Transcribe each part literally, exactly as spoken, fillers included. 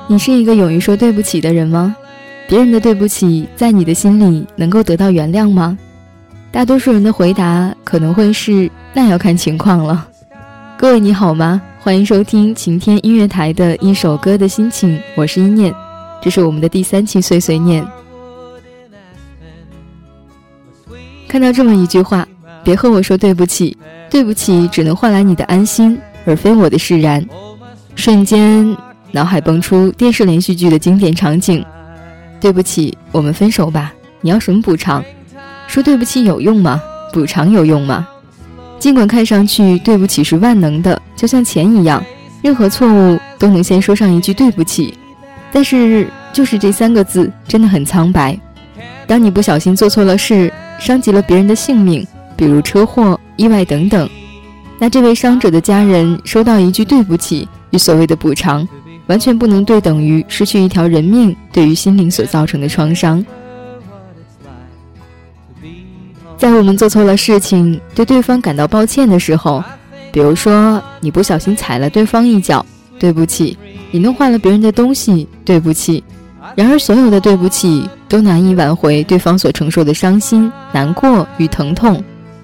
你是一个勇于说对不起的人吗？别人的对不起在你的心里能够得到原谅吗？大多数人的回答可能会是那要看情况了。各位你好吗？欢迎收听晴天音乐台的一首歌的心情，我是一念，这是我们的第三期碎碎念。看到这么一句话，别和我说对不起，对不起只能换来你的安心，而非我的释然。瞬间脑海蹦出电视连续剧的经典场景，对不起，我们分手吧，你要什么补偿？说对不起有用吗？补偿有用吗？尽管看上去对不起是万能的，就像钱一样，任何错误都能先说上一句对不起，但是就是这三个字真的很苍白。当你不小心做错了事，伤及了别人的性命，比如车祸、意外等等，那这位伤者的家人收到一句对不起与所谓的补偿，完全不能对等于失去一条人命对于心灵所造成的创伤。在我们做错了事情，对对方感到抱歉的时候，比如说你不小心踩了对方一脚，对不起；你弄坏了别人的东西，对不起。然而所有的对不起都难以挽回对方所承受的伤心、难过与疼痛。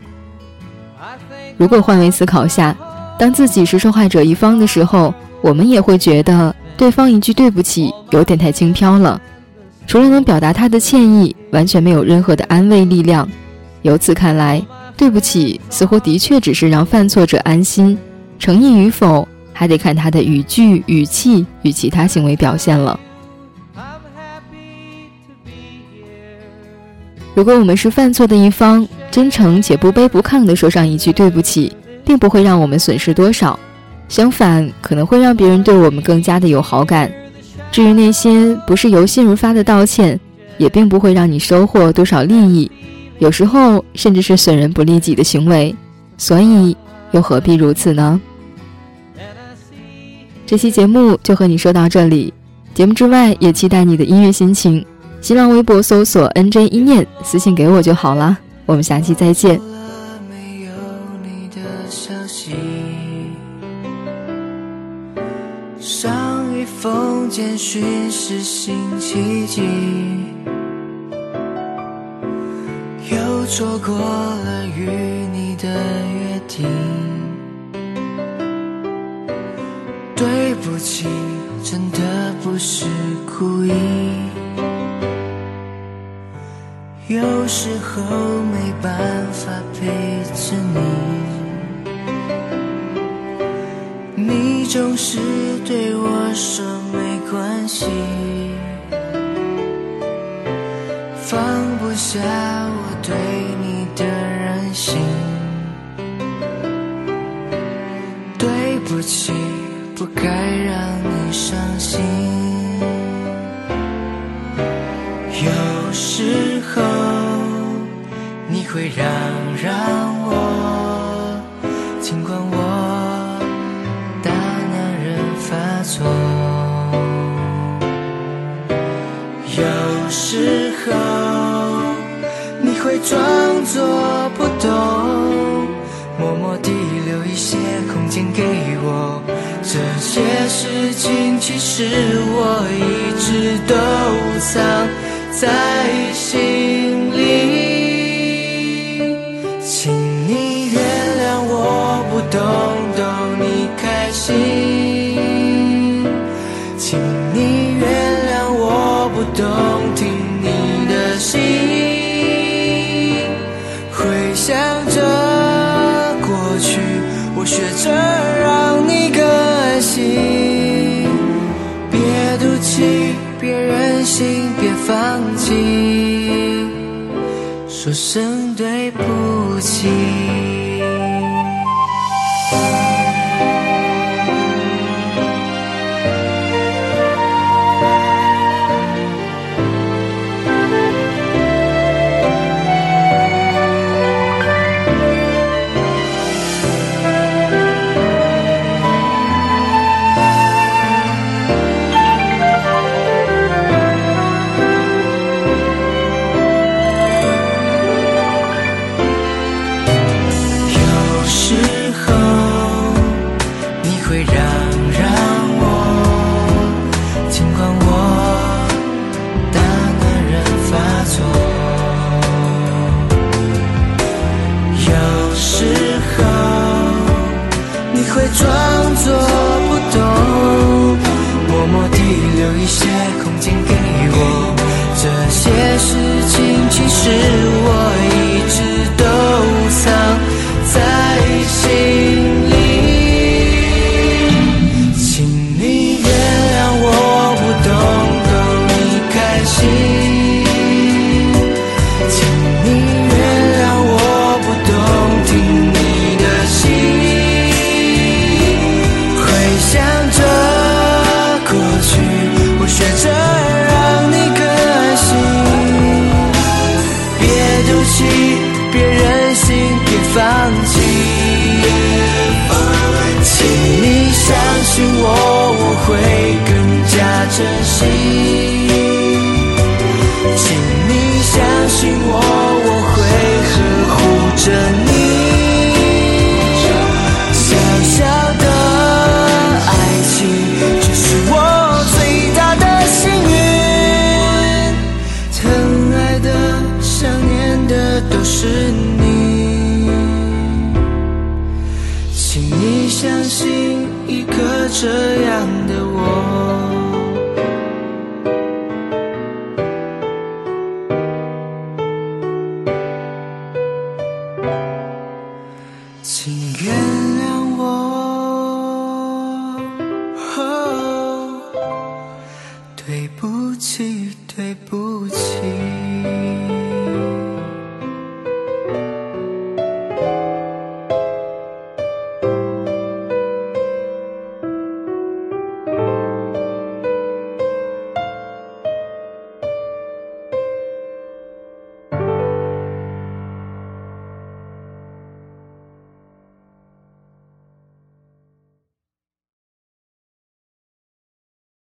如果换位思考下，当自己是受害者一方的时候，我们也会觉得对方一句对不起有点太轻飘了，除了能表达他的歉意，完全没有任何的安慰力量。由此看来，对不起似乎的确只是让犯错者安心，诚意与否还得看他的语句、语气与其他行为表现了。如果我们是犯错的一方，真诚且不卑不亢地说上一句对不起，并不会让我们损失多少，相反可能会让别人对我们更加的有好感。至于那些不是由心而发的道歉，也并不会让你收获多少利益，有时候甚至是损人不利己的行为，所以又何必如此呢？这期节目就和你说到这里，节目之外也期待你的音乐心情，新浪微博搜索 N J 一念，私信给我就好了。我们下期再见。 没有你的消息，上一封简讯是星期几，又错过了与你的约定，对不起，真的不是故意，有时候没办法陪着你，你总是对我说没关系，放不下我对你的任性，对不起，不该让你伤心，有时候你会让让我，尽管我大男人发作，有时候你会装作不懂，默默地留一些空间给我，这些事情其实我一直都藏在心里，请你原谅我不懂逗你开心，请你原谅我不懂听你的心，回想着过去，我学着让你更安心，别赌气，别任性，别放弃，说声对不起。 是我一直都藏在心里。请你原谅我不懂逗你开心，请你原谅我不懂听你的心。回想着过去，我学着让你更安心。别赌气，别任性，别放弃。请你相信我，我会更加珍惜。请你相信我，我会呵护着你。小小的爱情，这是我最大的幸运。疼爱的、想念的都是你。请你相信一个这样的我。请原